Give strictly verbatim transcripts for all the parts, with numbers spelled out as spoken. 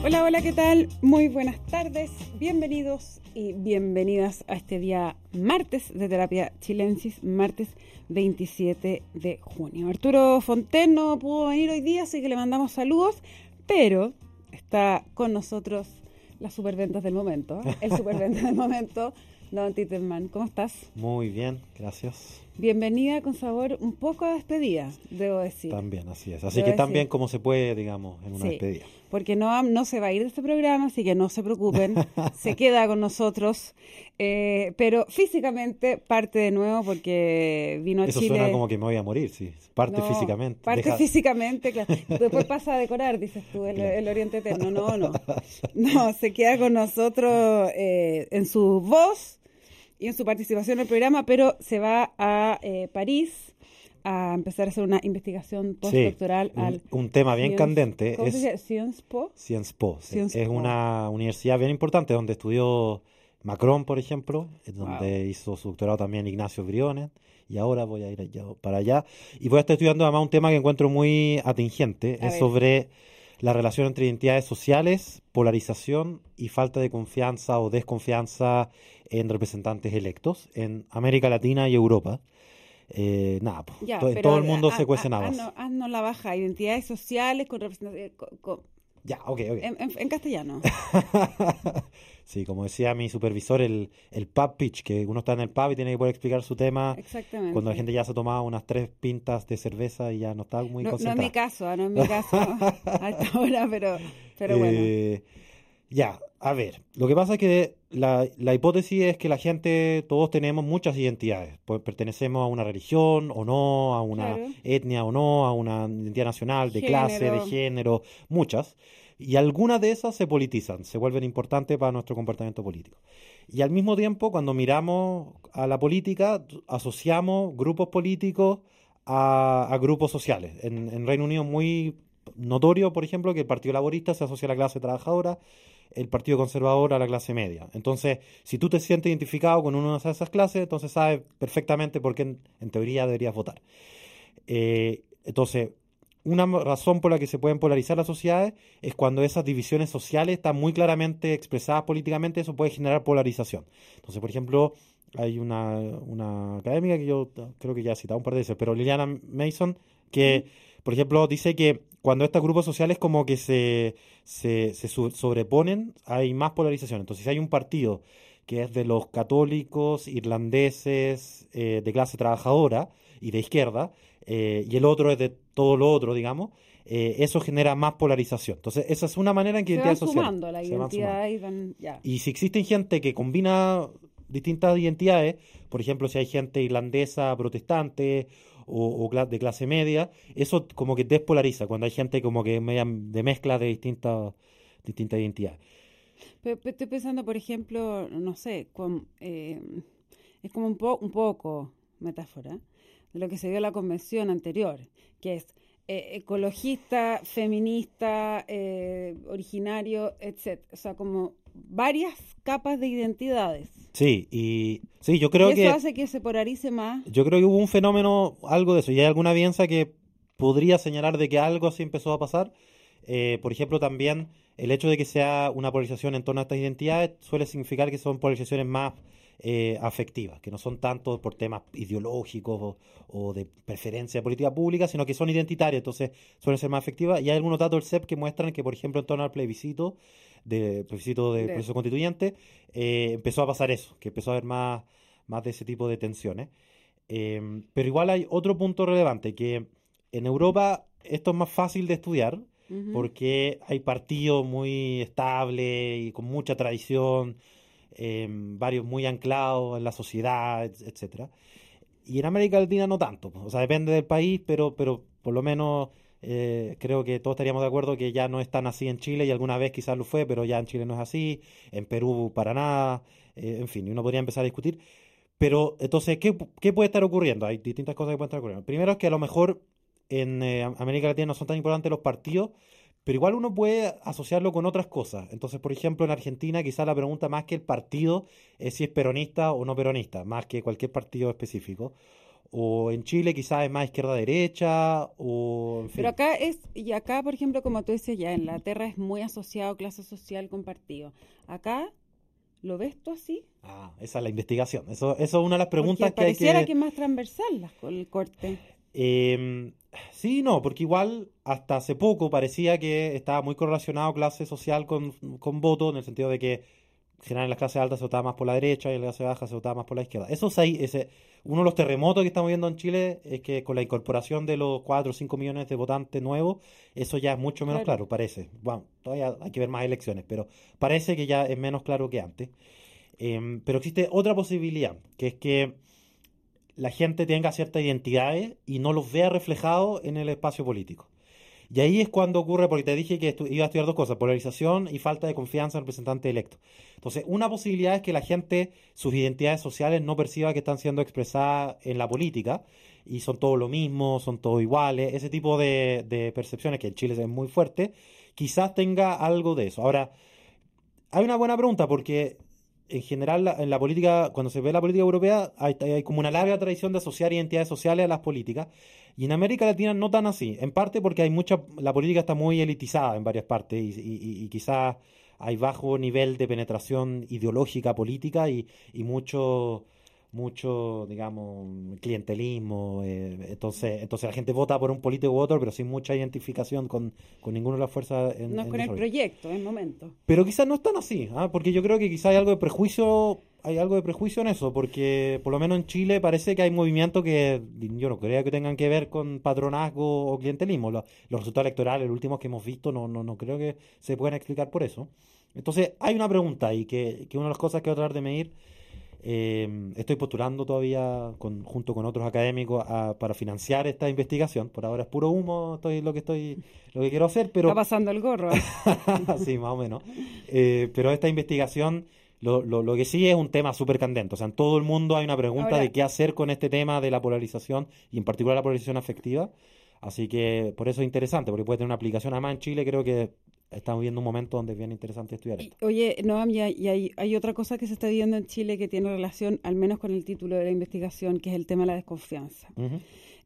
Hola, hola, ¿qué tal? Muy buenas tardes, bienvenidos y bienvenidas a este día martes de Terapia Chilensis, martes veintisiete de junio. Arturo Fonten no pudo venir hoy día, así que le mandamos saludos, pero está con nosotros las superventas del momento, ¿eh? El superventa del momento, Don Titelman. ¿Cómo estás? Muy bien, gracias. Bienvenida con sabor un poco a despedida, debo decir. También, así es. Así Debo que tan decir. bien como se puede, digamos, en una Sí, despedida. porque no, no se va a ir de este programa, así que no se preocupen, se queda con nosotros, eh, pero físicamente parte de nuevo porque vino a Eso Chile. suena como que me voy a morir, sí. Parte No, físicamente. parte Deja- físicamente, claro. Después pasa a decorar, dices tú, el, Claro. el Oriente Eterno. No, no. No, se queda con nosotros eh, en su voz y en su participación en el programa, pero se va a eh, París a empezar a hacer una investigación Sí, postdoctoral un, al un tema bien Sciences- candente ¿Cómo se es dice? Sciences Po. Sciences Po. sí. Sciences Es Po. una universidad bien importante donde estudió Macron, por ejemplo, es donde Wow. hizo su doctorado también Ignacio Briones, y ahora voy a ir allá- para allá. Y voy a estar estudiando además un tema que encuentro muy atingente, A es ver. sobre la relación entre identidades sociales, polarización y falta de confianza o desconfianza en representantes electos en América Latina y Europa. Eh, nada, po, Ya, to- en pero todo el mundo ha- se cuecen ha- habas. haznos, haznos la baja. Identidades sociales con representación. con- con- Ya, ok, ok. en, en- en castellano. Sí, como decía mi supervisor, el, el pub pitch, que uno está en el pub y tiene que poder explicar su tema Exactamente. cuando la gente ya se ha tomado unas tres pintas de cerveza y ya no está muy No, no es concentrada. mi caso, ah, no es mi caso a esta hora, pero, pero bueno. Eh, ya, a ver, lo que pasa es que la, la hipótesis es que la gente, todos tenemos muchas identidades. Pues pertenecemos a una religión o no, a una Claro. etnia o no, a una identidad nacional, de clase, de Género. género, muchas. Y algunas de esas se politizan, se vuelven importantes para nuestro comportamiento político. Y al mismo tiempo, cuando miramos a la política, asociamos grupos políticos a, a grupos sociales. En, en Reino Unido es muy notorio, por ejemplo, que el Partido Laborista se asocia a la clase trabajadora, el Partido Conservador a la clase media. Entonces, si tú te sientes identificado con una de esas clases, entonces sabes perfectamente por qué en, en teoría deberías votar. Eh, entonces, una mo- razón por la que se pueden polarizar las sociedades es cuando esas divisiones sociales están muy claramente expresadas políticamente, eso puede generar polarización. Entonces, por ejemplo, hay una, una académica que yo t- creo que ya he citado un par de veces, pero Liliana Mason, que, por ejemplo, dice que cuando estos grupos sociales como que se, se, se su- sobreponen, hay más polarización. Entonces, si hay un partido que es de los católicos irlandeses eh, de clase trabajadora y de izquierda, eh, y el otro es de todo lo otro, digamos, eh, eso genera más polarización. Entonces, esa es una manera en que Se van identidades sociales sumando la se van sumando. identidad y van. Ya. Y si existen gente que combina distintas identidades, por ejemplo, si hay gente irlandesa protestante o, o cla- de clase media, eso como que despolariza, cuando hay gente como que media de mezcla de distintas, distintas identidades. Pero, pero estoy pensando, por ejemplo, no sé, con, eh, es como un, po- un poco metáfora de lo que se dio en la convención anterior, que es eh, ecologista, feminista, eh, originario, etcétera. O sea, como varias capas de identidades. Sí, y sí, yo Y creo eso que hace que se polarice más. yo creo que hubo un fenómeno, algo de eso, y hay alguna evidencia que podría señalar de que algo así empezó a pasar. Eh, por ejemplo, también el hecho de que sea una polarización en torno a estas identidades suele significar que son polarizaciones más eh, afectivas, que no son tanto por temas ideológicos o, o de preferencia política pública, sino que son identitarias, entonces suelen ser más afectivas. Y hay algunos datos del C E P que muestran que, por ejemplo, en torno al plebiscito, de, plebiscito del De, proceso constituyente, eh, empezó a pasar eso, que empezó a haber más, más de ese tipo de tensiones. Eh, pero igual hay otro punto relevante, que en Europa esto es más fácil de estudiar Ujú. porque hay partidos muy estables y con mucha tradición, eh, varios muy anclados en la sociedad, et- etcétera. Y en América Latina no tanto, po. O sea, depende del país, pero, pero por lo menos eh, creo que todos estaríamos de acuerdo que ya no es tan así en Chile y alguna vez quizás lo fue, pero ya en Chile no es así, en Perú para nada, eh, en fin, y uno podría empezar a discutir. Pero entonces, ¿qué, pu- qué puede estar ocurriendo? Hay distintas cosas que pueden estar ocurriendo. Primero es que a lo mejor en eh, Am- América Latina no son tan importantes los partidos, pero igual uno puede asociarlo con otras cosas. Entonces, por ejemplo, en Argentina quizás la pregunta más que el partido es si es peronista o no peronista, más que cualquier partido específico. o en Chile quizás es más izquierda-derecha, o en fin. Pero acá es, y acá, por ejemplo, como tú dices, ya en la Tierra es muy asociado clase social con partido. Acá, ¿lo ves tú así? Ah, esa es la investigación. Eso, eso es una de las preguntas Porque que hay pareciera que... que es más transversal las- el corte. Eh, sí, no, porque igual hasta hace poco parecía que estaba muy correlacionado clase social con, con voto, en el sentido de que en general en las clases altas se votaba más por la derecha y en las clases bajas se votaba más por la izquierda. Eso es ahí, ese, uno de los terremotos que estamos viendo en Chile es que con la incorporación de los cuatro o cinco millones de votantes nuevos, eso ya es mucho menos Claro. claro, parece. Bueno, todavía hay que ver más elecciones, pero parece que ya es menos claro que antes. Em, pero existe otra posibilidad, que es que la gente tenga ciertas identidades y no los vea reflejados en el espacio político. Y ahí es cuando ocurre, porque te dije que estu- iba a estudiar dos cosas, polarización y falta de confianza en el representante electo. Entonces, una posibilidad es que la gente, sus identidades sociales no perciba que están siendo expresadas en la política y son todos lo mismo, son todos iguales, ese tipo de, de percepciones que en Chile es muy fuerte, quizás tenga algo de eso. Ahora, hay una buena pregunta porque en general la- en la política, cuando se ve la política europea, hay, hay como una larga tradición de asociar identidades sociales a las políticas. Y en América Latina no tan así. En parte porque hay mucha, la política está muy elitizada en varias partes y, y- y quizás hay bajo nivel de penetración ideológica política y, y mucho, mucho, digamos, clientelismo. eh, entonces, entonces la gente vota por un político u otro, pero sin mucha identificación con, con ninguna de las fuerzas en, No es en con el desarrollo. proyecto, en momento. Pero quizás no están así, ¿ah? Porque yo creo que quizás hay algo de prejuicio, hay algo de prejuicio en eso, porque por lo menos en Chile parece que hay movimientos que yo no creo que tengan que ver con patronazgo o clientelismo. Los, los resultados electorales, los últimos que hemos visto, no, no, no creo que se puedan explicar por eso. Entonces, hay una pregunta ahí que, que una de las cosas que voy a tratar de medir, eh, estoy postulando todavía con, junto con otros académicos a- para financiar esta investigación. Por ahora es puro humo, estoy lo que estoy, lo que quiero hacer, Está pero pasando el gorro. ¿Eh? sí, más o menos. Eh, pero esta investigación, lo, lo, lo que sí es un tema súper candente. O sea, en todo el mundo hay una pregunta Ahora, de qué hacer con este tema de la polarización y en particular la polarización afectiva. Así que por eso es interesante, porque puede tener una aplicación. Además, en Chile creo que estamos viendo un momento donde es bien interesante estudiar y- esto. oye, Noam, y, hay, y hay, hay otra cosa que se está viendo en Chile que tiene relación, al menos con el título de la investigación, que es el tema de la desconfianza. Ujú.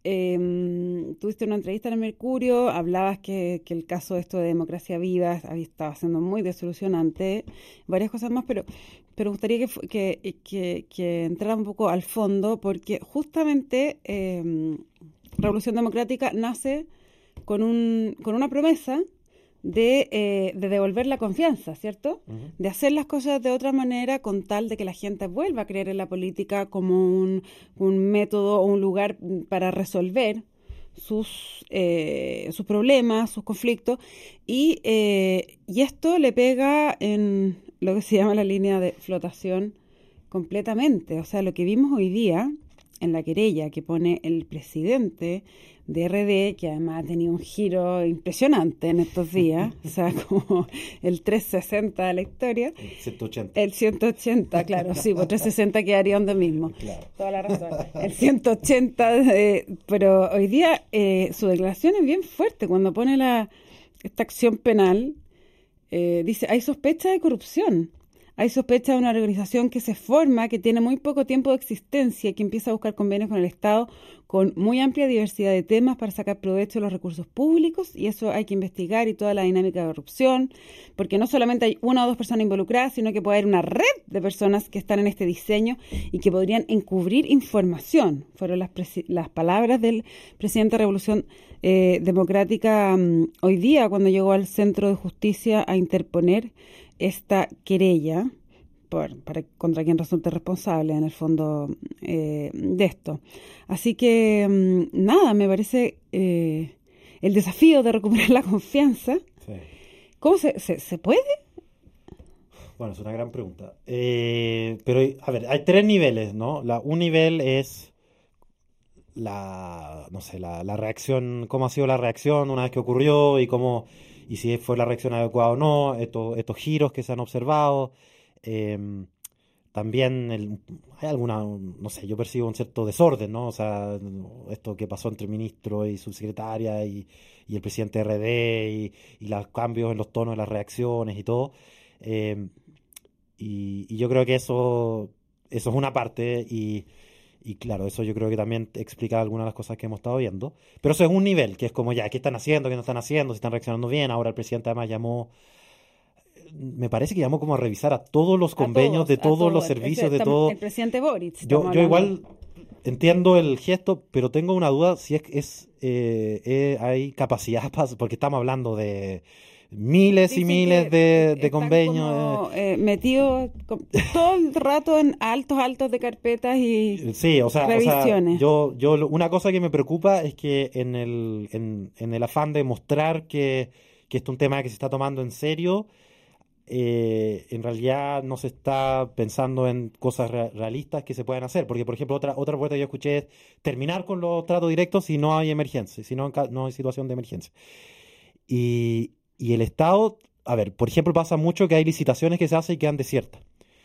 Eh, tuviste una entrevista en el Mercurio, hablabas que, que el caso de esto de Democracia Viva había- estaba siendo muy desilusionante, varias cosas más, pero, pero gustaría que, fu- que, que, que entrara un poco al fondo, porque justamente eh, Revolución Democrática nace con, un, con una promesa de, eh, de devolver la confianza, ¿cierto? Ujú. De hacer las cosas de otra manera con tal de que la gente vuelva a creer en la política como un, un método o un lugar para resolver sus, eh, sus problemas, sus conflictos. Y, eh, y esto le pega en lo que se llama la línea de flotación completamente. O sea, lo que vimos hoy día en la querella que pone el presidente de R D, que además ha tenido un giro impresionante en estos días, o sea, como el trescientos sesenta de la historia, El ciento ochenta. el ciento ochenta, claro, sí, pues trescientos sesenta quedaría donde mismo, Claro. toda la razón, el ciento ochenta, eh, pero hoy día eh, su declaración es bien fuerte cuando pone la, esta acción penal, eh, dice, hay sospecha de corrupción. Hay sospecha de una organización que se forma, que tiene muy poco tiempo de existencia, que empieza a buscar convenios con el Estado con muy amplia diversidad de temas para sacar provecho de los recursos públicos, y eso hay que investigar, y toda la dinámica de corrupción, porque no solamente hay una o dos personas involucradas, sino que puede haber una red de personas que están en este diseño y que podrían encubrir información. Fueron las, las palabras del presidente de Revolución eh, Democrática um, hoy día, cuando llegó al Centro de Justicia a interponer esta querella por, para, contra quien resulte responsable en el fondo eh, de esto. Así que mmm, nada, me parece eh, el desafío de recuperar la confianza. Sí. ¿Cómo se, se, se puede? Bueno, es una gran pregunta. Eh, pero, a ver, hay tres niveles, ¿no? La, un nivel es la, no sé, la, la reacción, cómo ha sido la reacción una vez que ocurrió y cómo, y si fue la reacción adecuada o no, estos, estos giros que se han observado. Eh, también el- hay alguna, no sé, yo percibo un cierto desorden, ¿no? O sea, esto que pasó entre el ministro y subsecretaria y, y el presidente R D y, y los cambios en los tonos de las reacciones y todo. Eh, y, y yo creo que eso, eso es una parte y Y claro, eso yo creo que también explica algunas de las cosas que hemos estado viendo. Pero eso es un nivel, que es como ya, ¿qué están haciendo? ¿Qué no están haciendo? ¿Si están reaccionando bien? Ahora el presidente además llamó, me parece que llamó como a revisar a todos los A convenios todos, de a todos todos. los El, servicios, de el, todo. el presidente Boric, Yo, estamos yo hablando. igual entiendo el gesto, pero tengo una duda si es, es eh, eh, hay capacidad, para, porque estamos hablando de miles Dicen y miles que de, de están convenios. como eh, metidos con- todo el rato en altos, altos de carpetas y eh, sí, o sea, o sea, revisiones. yo, yo lo- una cosa que me preocupa es que en el, en, en el afán de mostrar que, que esto es un tema que se está tomando en serio, eh, en realidad no se está pensando en cosas re- realistas que se puedan hacer. Porque, por ejemplo, otra, otra propuesta que yo escuché es terminar con los tratos directos si no hay emergencia, si no, en ca- no hay situación de emergencia. Y, y el Estado, a ver, por ejemplo, pasa mucho que hay licitaciones que se hacen y quedan desiertas.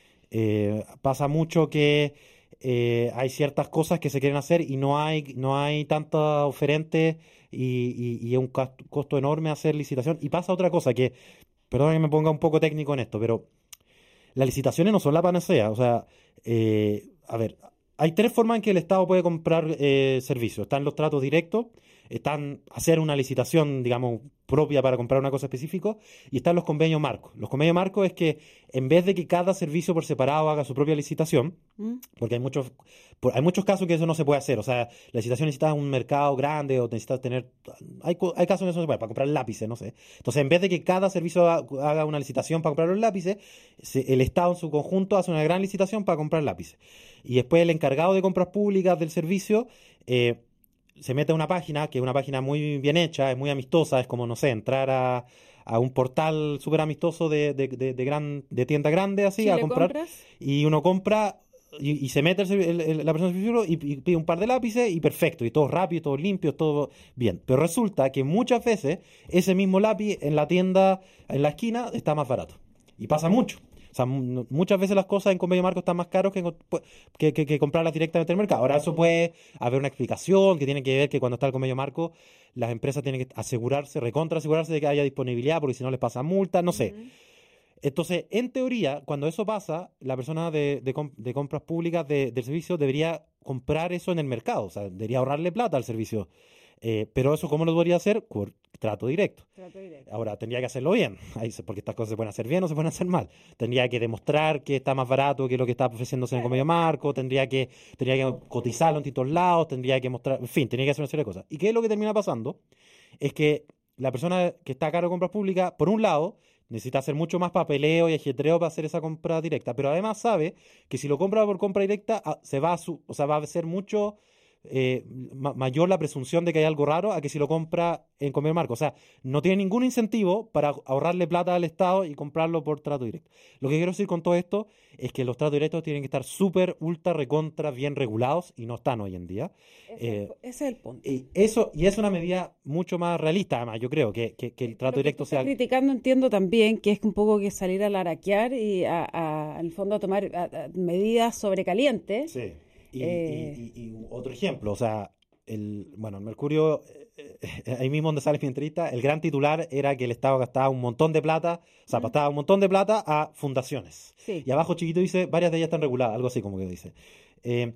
Eh, pasa mucho que eh, hay ciertas cosas que se quieren hacer y no hay, no hay tantos oferentes y, y, y es un cas- costo enorme hacer licitación. Y pasa otra cosa que, perdón que me ponga un poco técnico en esto, pero las licitaciones no son la panacea. O sea, eh, a ver, hay tres formas en que el Estado puede comprar eh, servicios. Están los tratos directos, están hacer una licitación, digamos, propia para comprar una cosa específica, y están los convenios marcos. Los convenios marcos es que en vez de que cada servicio por separado haga su propia licitación, ¿Mm? porque hay muchos, por- hay muchos casos que eso no se puede hacer. O sea, la licitación necesita un mercado grande o necesitas tener... Hay, co- hay casos en que eso no se puede, para comprar lápices, no sé. Entonces, en vez de que cada servicio ha- haga una licitación para comprar los lápices, se- el Estado en su conjunto hace una gran licitación para comprar lápices. Y después el encargado de compras públicas del servicio eh, se mete a una página, que es una página muy bien hecha, es muy amistosa, es como, no sé, entrar a, a un portal súper amistoso de, de, de, de gran, de tienda grande, así, a Chile comprar, Compras. y uno compra y, y se mete el servi- el- el- la persona del servicio y, y pide un par de lápices y perfecto, y todo rápido, todo limpio, todo bien. Pero resulta que muchas veces ese mismo lápiz en la tienda, en la esquina, está más barato. Y pasa mucho. O sea, mu- muchas veces las cosas en convenio marco están más caros que, en ot- pu- que, que- que comprarlas directamente en el mercado. Ahora, eso puede haber una explicación que tiene que ver que cuando está el convenio marco, las empresas tienen que asegurarse, recontra asegurarse de que haya disponibilidad, porque si no les pasa multa, no sé. Ujú. Entonces, en teoría, cuando eso pasa, la persona de, de com- de compras públicas de- del servicio debería comprar eso en el mercado, o sea, debería ahorrarle plata al servicio. Eh, pero eso, ¿cómo lo debería hacer? Por trato directo. Trato directo. Ahora, tendría que hacerlo bien, ahí se- porque estas cosas se pueden hacer bien o se pueden hacer mal. Tendría que demostrar que está más barato que lo que está ofreciéndose en el convenio marco, tendría que, tendría que cotizarlo en distintos lados, tendría que mostrar, en fin, tendría que hacer una serie de cosas. ¿Y qué es lo que termina pasando? Es que la persona que está a cargo de compras públicas, por un lado, necesita hacer mucho más papeleo y ajetreo para hacer esa compra directa, pero además sabe que si lo compra por compra directa, ah, se va a su, o sea, va a ser mucho eh, ma- mayor la presunción de que hay algo raro a que si lo compra en convenio marco. O sea, no tiene ningún incentivo para ahorrarle plata al Estado y comprarlo por trato directo. Lo que quiero decir con todo esto es que los tratos directos tienen que estar súper, ultra, recontra, bien regulados y no están hoy en día. Ese, es Eh, el pu- ese es el punto. y eso, y es una medida mucho más realista, además, yo creo, que, que, que el trato Lo que tú directo estás sea... criticando entiendo también que es un poco que salir a laraquear y a, a- en el fondo a tomar a- a medidas sobrecalientes. Sí. Y, Eh, y- y- y otro ejemplo, o sea, el, bueno, el Mercurio, eh, eh, ahí mismo donde sale mi entrevista, el gran titular era que el Estado gastaba un montón de plata, o sea, ¿Mm? gastaba un montón de plata a fundaciones. Sí. Y abajo chiquito dice, varias de ellas están reguladas, algo así como que dice. Eh,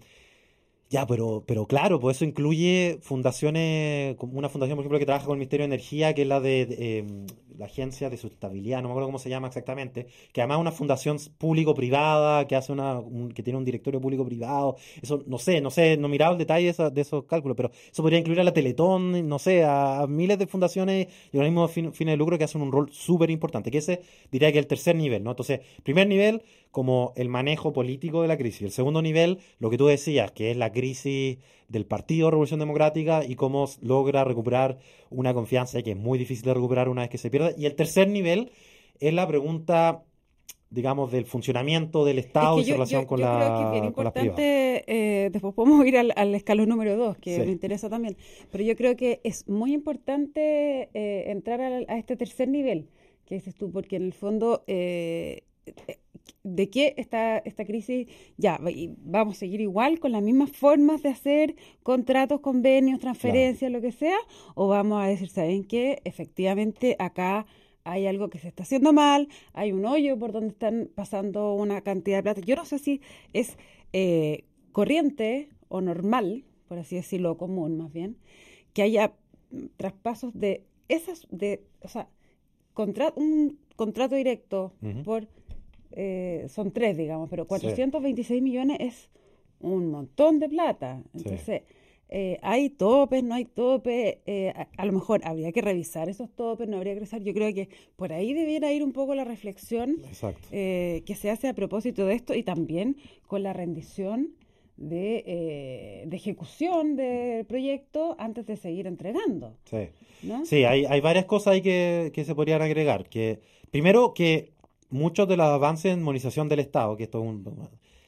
Ya, pero, pero claro, pues eso incluye fundaciones, como una fundación, por ejemplo, que trabaja con el Ministerio de Energía, que es la de, de, em, la Agencia de Sustentabilidad, no me acuerdo cómo se llama exactamente, que además es una fundación s- público-privada, que hace una, un- que tiene un directorio público-privado, eso no sé, no sé, no he mirado el detalle de, esa- de esos cálculos, pero eso podría incluir a la Teletón, no sé, a, a miles de fundaciones y organismos de fin- fines de lucro que hacen un rol súper importante, que ese diría que es el tercer nivel, ¿no? Entonces, primer nivel, como el manejo político de la crisis. El segundo nivel, lo que tú decías, que es la crisis del Partido Revolución Democrática y cómo s- logra recuperar una confianza que es muy difícil de recuperar una vez que se pierde. Y el tercer nivel es la pregunta, digamos, del funcionamiento del Es Estado que y su yo, yo, relación con yo creo que es bien la, con las privadas. importante, eh, después podemos ir al, al escalón número dos, que me Sí, interesa también, pero yo creo que es muy importante eh, entrar al- a, este tercer nivel, que dices tú, porque en el fondo, eh, eh, ¿de qué está esta crisis? Ya, va- y vamos a seguir igual con las mismas formas de hacer contratos, convenios, claro. transferencias, lo que sea, o vamos a decir, ¿saben qué? Efectivamente, acá hay algo que se está haciendo mal, hay un hoyo por donde están pasando una cantidad de plata. Yo no sé si es eh, corriente o normal, por así decirlo, común más bien, que haya traspasos de esas, de, o sea, contra, un contrato directo uh-huh. por, eh, son tres, digamos, pero cuatrocientos veintiséis sí. millones es un montón de plata. Entonces, sí. eh, hay topes, no hay topes, eh, a, a lo mejor habría que revisar esos topes, no habría que revisar. Yo creo que por ahí debiera ir un poco la reflexión eh, que se hace a propósito de esto y también con la rendición de, eh, de ejecución del proyecto antes de seguir entregando. Sí, ¿no? sí hay, hay varias cosas ahí que, que se podrían agregar. Que primero, que muchos de los avances en modernización del Estado, que esto es un...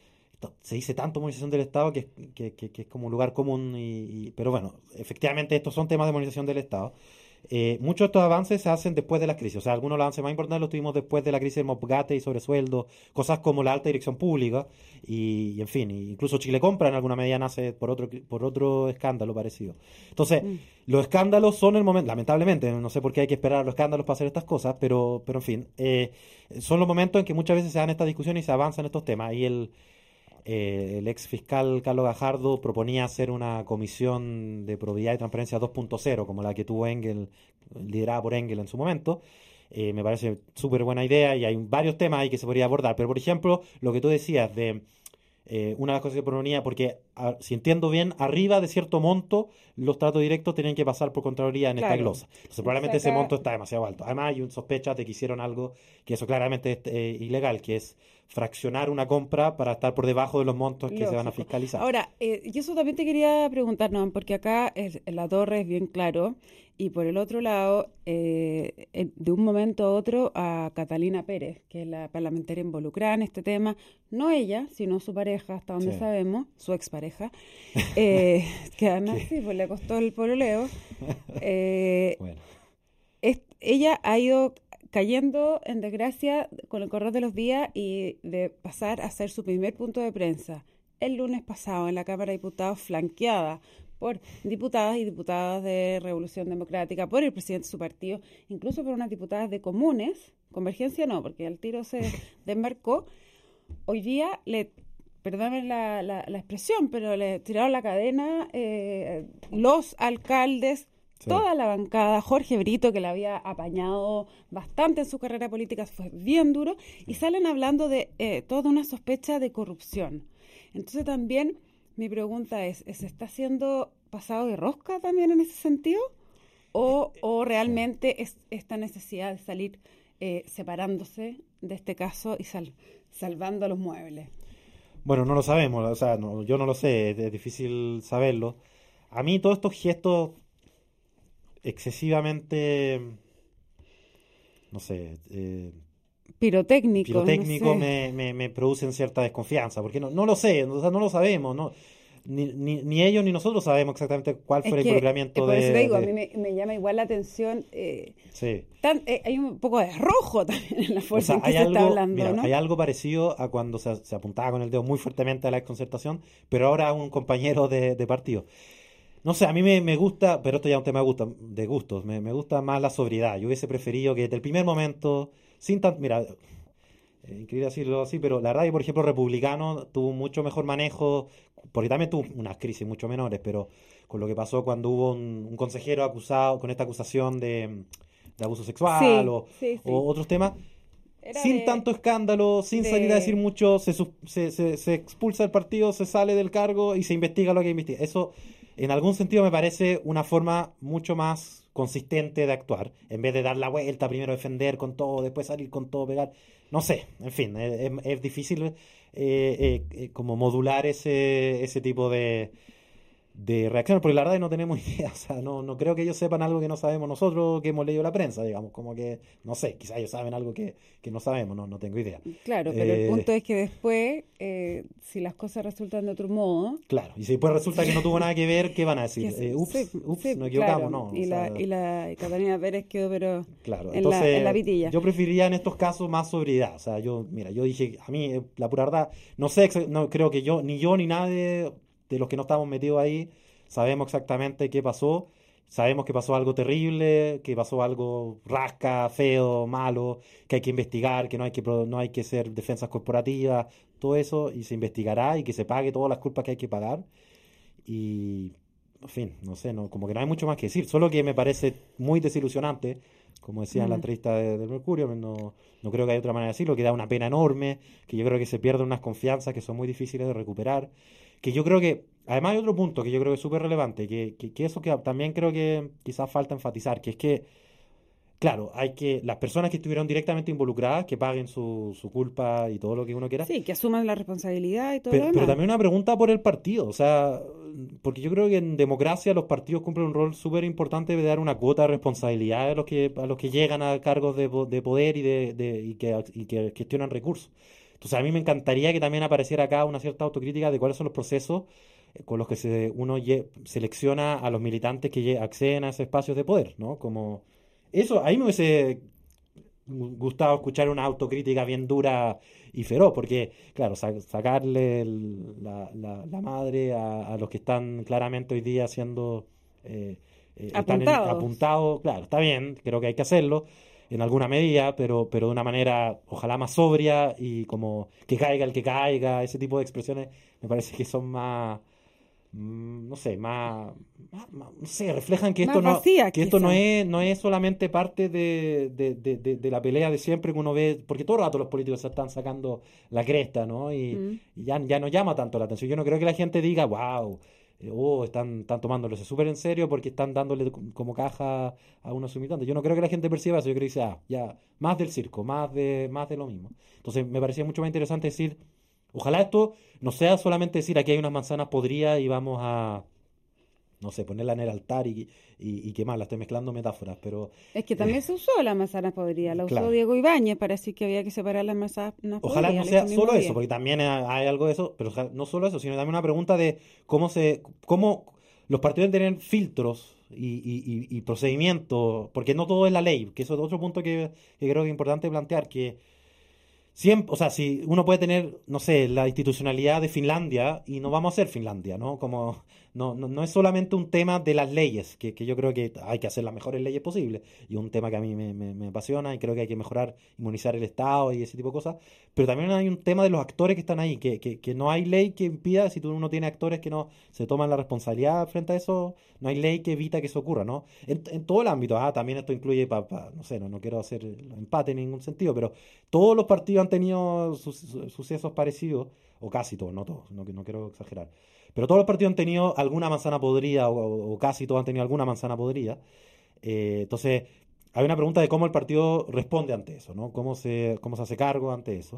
se dice tanto modernización del Estado que, que, que, que es como un lugar común, y, y, pero bueno, efectivamente estos son temas de modernización del Estado. Eh, muchos de estos avances se hacen después de las crisis, o sea, algunos de los avances más importantes los tuvimos después de la crisis del Mopgate y sobresueldos, cosas como la alta dirección pública, y, y en fin, incluso Chile Compra en alguna medida nace por otro, por otro escándalo parecido. Entonces, mm. los escándalos son el momento, lamentablemente, no sé por qué hay que esperar a los escándalos para hacer estas cosas, pero, pero en fin, eh, son los momentos en que muchas veces se dan estas discusiones y se avanzan estos temas, y el Eh, el ex fiscal Carlos Gajardo proponía hacer una comisión de probidad y transparencia dos punto cero, como la que tuvo Engel, liderada por Engel en su momento. Eh, me parece súper buena idea y hay varios temas ahí que se podría abordar. Pero, por ejemplo, lo que tú decías de eh, una de las cosas que proponía, porque a, si entiendo bien, arriba de cierto monto los tratos directos tienen que pasar por Contraloría en claro. esta glosa. Entonces, probablemente ese monto está demasiado alto. Además, hay un sospecha de que hicieron algo que eso claramente es eh, ilegal, que es fraccionar una compra para estar por debajo de los montos que Lógico. se van a fiscalizar. Ahora, eh, y eso también te quería preguntar, ¿no? Porque acá es, en la torre es bien claro, y por el otro lado, eh, de un momento a otro, a Catalina Pérez, que es la parlamentaria involucrada en este tema, no ella, sino su pareja, hasta donde sí. sabemos, su expareja, eh, que además sí, pues le costó el pololeo. Eh, bueno. es, ella ha ido cayendo en desgracia con el correr de los días y de pasar a ser su primer punto de prensa el lunes pasado en la Cámara de Diputados, flanqueada por diputadas y diputadas de Revolución Democrática, por el presidente de su partido, incluso por unas diputadas de Comunes, Convergencia no, porque al tiro se desmarcó. Hoy día le, perdónenme la, la, la expresión, pero le tiraron la cadena eh, los alcaldes, Sí. toda la bancada, Jorge Brito, que la había apañado bastante en su carrera política, fue bien duro, y salen hablando de eh, toda una sospecha de corrupción. Entonces también mi pregunta es, ¿se está haciendo pasado de rosca también en ese sentido? ¿O, o realmente es esta necesidad de salir eh, separándose de este caso y sal, salvando los muebles? Bueno, no lo sabemos, o sea, no, yo no lo sé, es, es difícil saberlo. A mí todos estos gestos excesivamente, no sé, eh, pirotécnico, pirotécnico no sé. me, me, me producen cierta desconfianza, porque no, no lo sé, o sea, no lo sabemos, no, ni, ni, ni ellos ni nosotros sabemos exactamente cuál fue es el que, involucramiento por de... Eso te digo, de... a mí me, me llama igual la atención, eh, sí. tan, eh, hay un poco de rojo también en la fuerza o sea, en que hay se algo, está hablando, mira, ¿no? Hay algo parecido a cuando se, se apuntaba con el dedo muy fuertemente a la desconcertación, pero ahora a un compañero de, de partido. No sé, a mí me, me gusta, pero esto ya es un tema de, gusto, de gustos, me, me gusta más la sobriedad. Yo hubiese preferido que desde el primer momento, sin tan, mira, eh, increíble decirlo así, pero la radio, por ejemplo, republicano, tuvo mucho mejor manejo, porque también tuvo unas crisis mucho menores, pero con lo que pasó cuando hubo un, un consejero acusado, con esta acusación de, de abuso sexual sí, o, sí, sí. o otros temas, Era sin de, tanto escándalo, sin de... salir a decir mucho, se, se, se, se expulsa del partido, se sale del cargo y se investiga lo que investiga. Eso... en algún sentido me parece una forma mucho más consistente de actuar, en vez de dar la vuelta, primero defender con todo, después salir con todo, pegar, no sé, en fin, es, es difícil eh, eh, eh, como modular ese, ese tipo de, de reacciones, porque la verdad es que no tenemos idea, o sea, no, no creo que ellos sepan algo que no sabemos nosotros que hemos leído la prensa, digamos, como que, no sé, quizás ellos saben algo que, que no sabemos, no, no tengo idea. Claro, pero eh, el punto es que después, eh, si las cosas resultan de otro modo... Claro, y si después resulta que no tuvo nada que ver, ¿qué van a decir? Sí, eh, ups, sí, ups, sí, nos equivocamos, claro. no. Y, o la, sea, y la y Catalina Pérez quedó, pero claro, en, entonces, la, en la pitilla. Yo preferiría en estos casos más sobriedad, o sea, yo, mira, yo dije, a mí, la pura verdad, no sé, no creo que yo, ni yo ni nadie de los que no estamos metidos ahí, sabemos exactamente qué pasó, sabemos que pasó algo terrible, que pasó algo rasca, feo, malo, que hay que investigar, que no hay que no hay que hacer defensas corporativas, todo eso, y se investigará y que se pague todas las culpas que hay que pagar. y, en fin, no sé, no, como que no hay mucho más que decir, solo que me parece muy desilusionante, como decía en la Mm. entrevista de, de Mercurio, no, no creo que haya otra manera de decirlo, que da una pena enorme, que yo creo que se pierden unas confianzas que son muy difíciles de recuperar, que yo creo que, además hay otro punto que yo creo que es súper relevante, que, que, que eso que también creo que quizás falta enfatizar, que es que claro, hay que, las personas que estuvieron directamente involucradas, que paguen su, su culpa y todo lo que uno quiera, Sí, que asuman la responsabilidad y todo lo pero, pero demás. también una pregunta por el partido, o sea, porque yo creo que en democracia los partidos cumplen un rol súper importante de dar una cuota de responsabilidad a los que, a los que llegan a cargos de, po- de poder y, de, de- y que, y que gestionan recursos. Entonces a mí me encantaría que también apareciera acá una cierta autocrítica de cuáles son los procesos eh, con los que se, uno lle- selecciona a los militantes que lle- acceden a esos espacios de poder, ¿no? Como eso, ahí me hubiese gu- gustado escuchar una autocrítica bien dura y feroz, porque, claro, sa- sacarle el- la, la- la madre a, a los que están claramente hoy día siendo, eh, eh, están en- Apuntados. apuntados, claro, está bien, creo que hay que hacerlo en alguna medida, pero, pero de una manera ojalá más sobria y como que caiga el que caiga, ese tipo de expresiones me parece que son más mm, no sé, más, más- más- no sé, reflejan que esto Más no, vacías, que esto no quizás. es, no es solamente parte de, de, de, de- de la pelea de siempre que uno ve, porque todo el rato los políticos se están sacando la cresta, ¿no? Y, Mm. y ya, ya no llama tanto la atención. Yo no creo que la gente diga, wow, oh, están, están tomándolo súper en serio porque están dándole co- como caja a unos militantes. Yo no creo que la gente perciba eso, yo creo que dice, ah, ya, más del circo, más de, más de lo mismo. Entonces me parecía mucho más interesante decir, ojalá esto no sea solamente decir aquí hay unas manzanas podridas y vamos a, no sé, ponerla en el altar y, y, y quemarla. Estoy mezclando metáforas, pero Es que eh, también se usó la manzana podrida, la usó claro. Diego Ibáñez para decir que había que separar las manzanas Ojalá no podridas, lo hizo sea el mismo solo eso, día. porque también hay hay algo de eso, pero ojalá- no solo eso, sino también una pregunta de cómo se, cómo los partidos deben tener filtros y, y, y- y procedimientos, porque no todo es la ley, que eso es otro punto que, que creo que es importante plantear, que siempre, o sea, si uno puede tener, no sé, la institucionalidad de Finlandia y no vamos a ser Finlandia, ¿no? Como no, no, no es solamente un tema de las leyes, que, que yo creo que hay que hacer las mejores leyes posibles, y un tema que a mí me, me- me apasiona y creo que hay que mejorar, inmunizar el Estado y ese tipo de cosas, pero también hay un tema de los actores que están ahí, que, que, que no hay ley que impida, si tú uno tiene actores que no se toman la responsabilidad frente a eso, no hay ley que evita que eso ocurra, ¿no? En, en todo el ámbito, ah, también esto incluye, pa, pa- no sé, no, no quiero hacer empate en ningún sentido, pero todos los partidos han tenido su- su- sucesos parecidos, o casi todos, no todos, no, no quiero exagerar. Pero todos los partidos han tenido alguna manzana podrida, o, o- o casi todos han tenido alguna manzana podrida. Eh, entonces, hay una pregunta de cómo el partido responde ante eso, ¿no? Cómo se, cómo se hace cargo ante eso.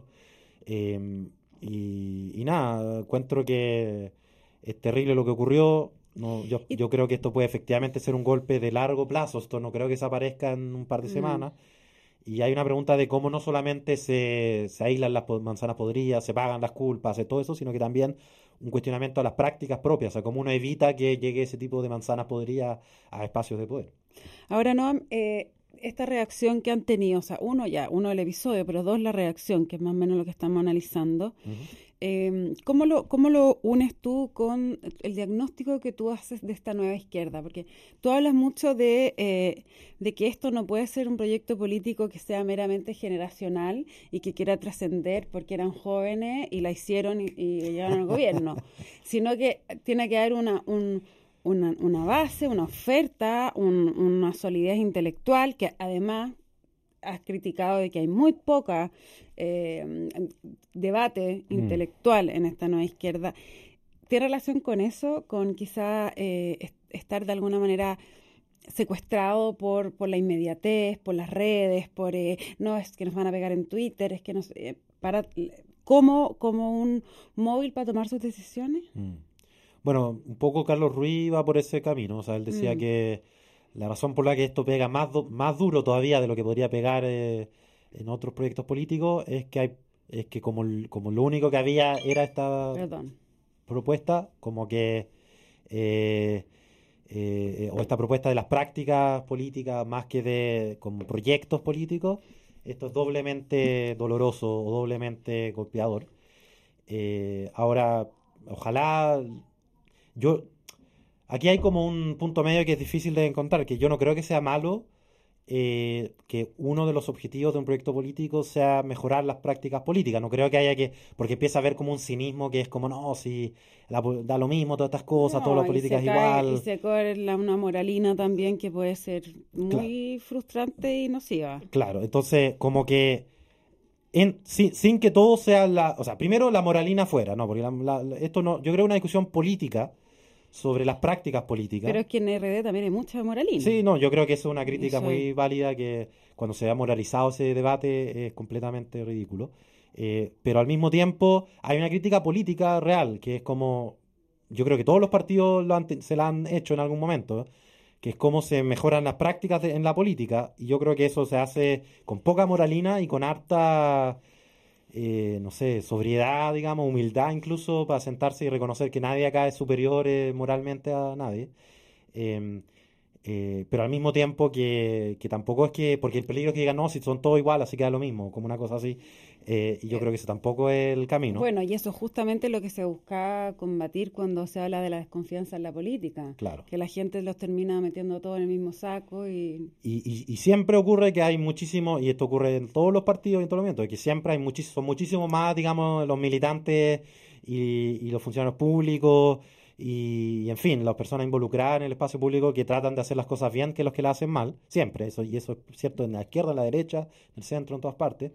Eh, y, y nada, encuentro que es terrible lo que ocurrió. No, yo, Y, yo creo que esto puede efectivamente ser un golpe de largo plazo. Esto no creo que desaparezca en un par de mm, semanas. Y hay una pregunta de cómo no solamente se, se aíslan las po- manzanas podridas, se pagan las culpas, y todo eso, sino que también un cuestionamiento a las prácticas propias, o sea, cómo uno evita que llegue ese tipo de manzanas podridas a espacios de poder. ahora no, eh, esta reacción que han tenido, o sea, uno ya, uno el episodio, pero dos la reacción, que es más o menos lo que estamos analizando. Ujú. Eh, ¿cómo lo, cómo lo unes tú con el diagnóstico que tú haces de esta nueva izquierda? Porque tú hablas mucho de, eh, de que esto no puede ser un proyecto político que sea meramente generacional y que quiera trascender porque eran jóvenes y la hicieron y, y llegaron al gobierno, sino que tiene que haber una, un- una, una base, una oferta, un- una solidez intelectual que además has criticado de que hay muy poca eh, debate Mm. intelectual en esta nueva izquierda. ¿Tiene relación con eso? ¿Con quizá eh, est- estar de alguna manera secuestrado por, por la inmediatez, por las redes, por eh, no es que nos van a pegar en Twitter, es que nos eh, para como, como un móvil para tomar sus decisiones? Mm. Bueno, un poco Carlos Ruiz va por ese camino, o sea, él decía Mm, que la razón por la que esto pega más, du- más duro todavía de lo que podría pegar eh, en otros proyectos políticos es que hay, es que como, el- como lo único que había era esta perdón. propuesta, como que eh, eh, o esta propuesta de las prácticas políticas más que de como proyectos políticos, esto es doblemente doloroso o doblemente golpeador. Eh, ahora, ojalá yo aquí hay como un punto medio que es difícil de encontrar, que yo no creo que sea malo eh, que uno de los objetivos de un proyecto político sea mejorar las prácticas políticas. No creo que haya que, porque empieza a haber como un cinismo que es como, no, si la po- da lo mismo todas estas cosas, toda la No, y política se es cae, y igual. se cae en la- una moralina también que puede ser Claro, muy frustrante y nociva. claro. Entonces, como que en, sin, sin que todo sea la, o sea, primero la moralina fuera, ¿no? Porque la- la- la- esto no, yo creo una discusión política sobre las prácticas políticas. Pero es que en R D también hay mucha Sí, moralina. no, yo creo que eso es una crítica Eso es. muy válida que cuando se ha moralizado ese debate es completamente ridículo. Eh, pero al mismo tiempo hay una crítica política real, que es como, yo creo que todos los partidos lo han te- se la han hecho en algún momento, ¿eh? Que es cómo se mejoran las prácticas de- en la política. Y yo creo que eso se hace con poca moralina y con harta, eh, no sé, sobriedad, digamos, humildad incluso, para sentarse y reconocer que nadie acá es superior eh, moralmente a nadie. Em, eh, pero al mismo tiempo que, que tampoco es que, porque el peligro es que digan, no, si son todos igual, así queda lo mismo, como una cosa así. Eh, y yo Eh, creo que ese tampoco es el camino, Bueno, y eso es justamente lo que se busca combatir cuando se habla de la desconfianza en la política, claro. que la gente los termina metiendo todo en el mismo saco y Y, y- y siempre ocurre que hay muchísimo, y esto ocurre en todos los partidos y en todos los momentos, que siempre hay muchísimo, son muchísimo más, digamos, los militantes y, y los funcionarios públicos y, y, en fin, las personas involucradas en el espacio público que tratan de hacer las cosas bien que los que las hacen mal, siempre, eso, y eso es cierto en la izquierda, en la derecha, en el centro, en todas partes.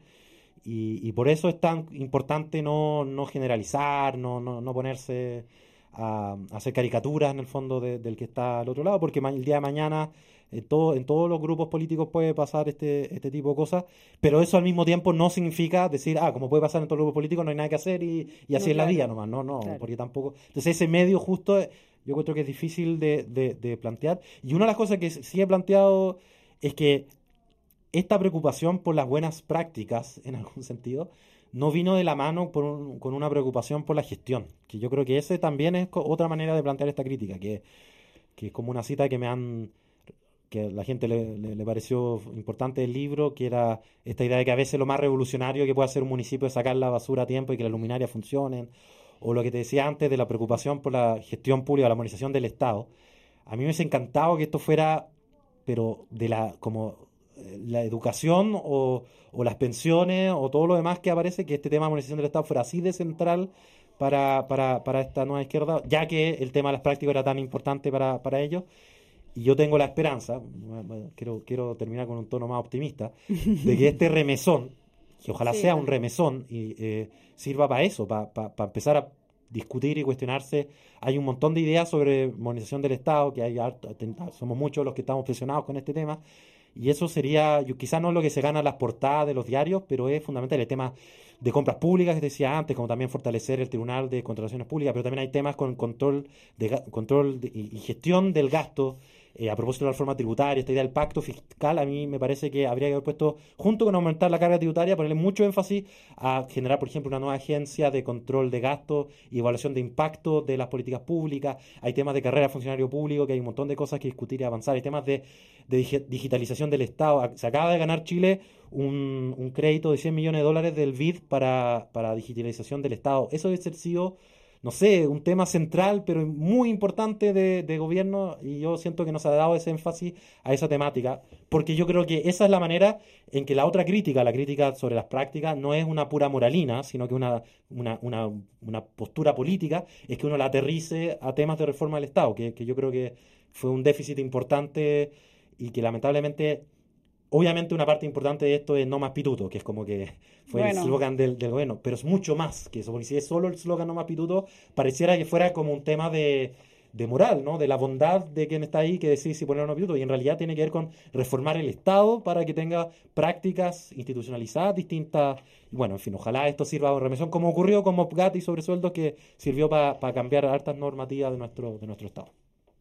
Y, y por eso es tan importante no, no generalizar, no, no, no ponerse a, a hacer caricaturas en el fondo de- del que está al otro lado, porque ma- el día de mañana en, todo, en todos los grupos políticos puede pasar este, este tipo de cosas, pero eso al mismo tiempo no significa decir, ah, como puede pasar en todos los grupos políticos, no hay nada que hacer y, y no, así es la vida claro, nomás, no, no, claro. porque tampoco... Entonces ese medio justo, eh, yo creo que es difícil de, de, de plantear. Y una de las cosas que sí he planteado es que esta preocupación por las buenas prácticas, en algún sentido, no vino de la mano por un- con una preocupación por la gestión, que yo creo que ese también es co- otra manera de plantear esta crítica, que, que es como una cita que me han, que a la gente le, le- le pareció importante del libro, que era esta idea de que a veces lo más revolucionario que puede hacer un municipio es sacar la basura a tiempo y que las luminarias funcionen, o lo que te decía antes de la preocupación por la gestión pública, la modernización del Estado. A mí me hubiese encantado que esto fuera, pero de la, como eh, la educación o, o las pensiones o todo lo demás que aparece, que este tema de modernización del Estado fuera así de central para, para, para esta nueva izquierda, ya que el tema de las prácticas era tan importante para, para ellos. Y yo tengo la esperanza, bueno, bueno, quiero, quiero terminar con un tono más optimista, de que este remesón, que ojalá sea un Sirva. remesón, y eh, sirva para eso, para pa, pa empezar a discutir y cuestionarse. Hay un montón de ideas sobre modernización del Estado, que hay harto- somos muchos los que estamos obsesionados con este tema, y eso sería, yo, quizás no es lo que se gana en las portadas de los diarios, pero es fundamental el tema de compras públicas, que decía antes, como también fortalecer el Tribunal de Contrataciones Públicas, pero también hay temas con control, de, control de, y, y gestión del gasto. Eh, a propósito de la reforma tributaria, esta idea del pacto fiscal, a mí me parece que habría que haber puesto, junto con aumentar la carga tributaria, ponerle mucho énfasis a generar, por ejemplo, una nueva agencia de control de gastos y evaluación de impacto de las políticas públicas. Hay temas de carrera de funcionario público, que hay un montón de cosas que discutir y avanzar. Hay temas de, de digitalización del Estado. Se acaba de ganar Chile un, un crédito de cien millones de dólares del B I D para, para digitalización del Estado. Eso debe ser sido, no sé, un tema central, pero muy importante de, de gobierno, y yo siento que no se ha dado ese énfasis a esa temática, porque yo creo que esa es la manera en que la otra crítica, la crítica sobre las prácticas, no es una pura moralina, sino que una, una, una, una postura política, es que uno la aterrice a temas de reforma del Estado, que, que yo creo que fue un déficit importante y que lamentablemente... Obviamente una parte importante de esto es no más pituto, que es como que fue el Bueno, eslogan del, del gobierno, pero es mucho más que eso, porque si es solo el eslogan no más pituto, pareciera que fuera como un tema de, de moral, ¿no? De la bondad de quien está ahí que decide si poner o no pituto, y en realidad tiene que ver con reformar el Estado para que tenga prácticas institucionalizadas distintas. Y bueno, en fin, ojalá esto sirva de remesión, como ocurrió con Mopgat y sobresueldos, que sirvió para pa cambiar hartas normativas de nuestro, de nuestro Estado.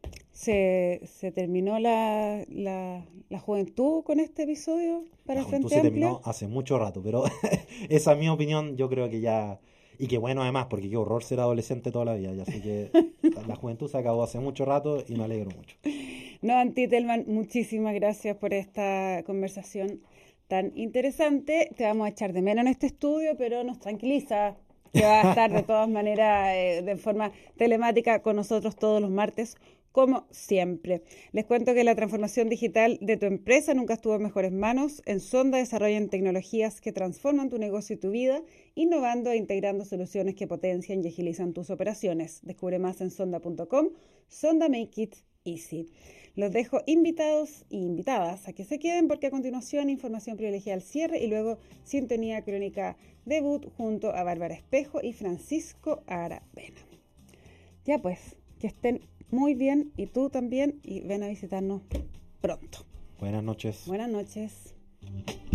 ¿se, se terminó la, la, la juventud con este episodio para La el juventud Frente se Amplio? terminó hace mucho rato, pero esa es mi opinión, yo creo que ya... Y qué bueno además, porque qué horror ser adolescente toda la vida, ya sé que la juventud se acabó hace mucho rato y me alegro mucho. No, Antti Tellman, muchísimas gracias por esta conversación tan interesante. Te vamos a echar de menos en este estudio, pero nos tranquiliza que va a estar de todas maneras eh, de forma telemática con nosotros todos los martes como siempre. Les cuento que la transformación digital de tu empresa nunca estuvo en mejores manos. En Sonda desarrollan tecnologías que transforman tu negocio y tu vida, innovando e integrando soluciones que potencian y agilizan tus operaciones. Descubre más en sonda punto com. Sonda Make It Easy. Los dejo invitados e invitadas a que se queden porque a continuación información privilegiada al cierre y luego sintonía crónica debut junto a Bárbara Espejo y Francisco Aravena. Ya pues, que estén muy bien y tú también y ven a visitarnos pronto. Buenas noches. Buenas noches.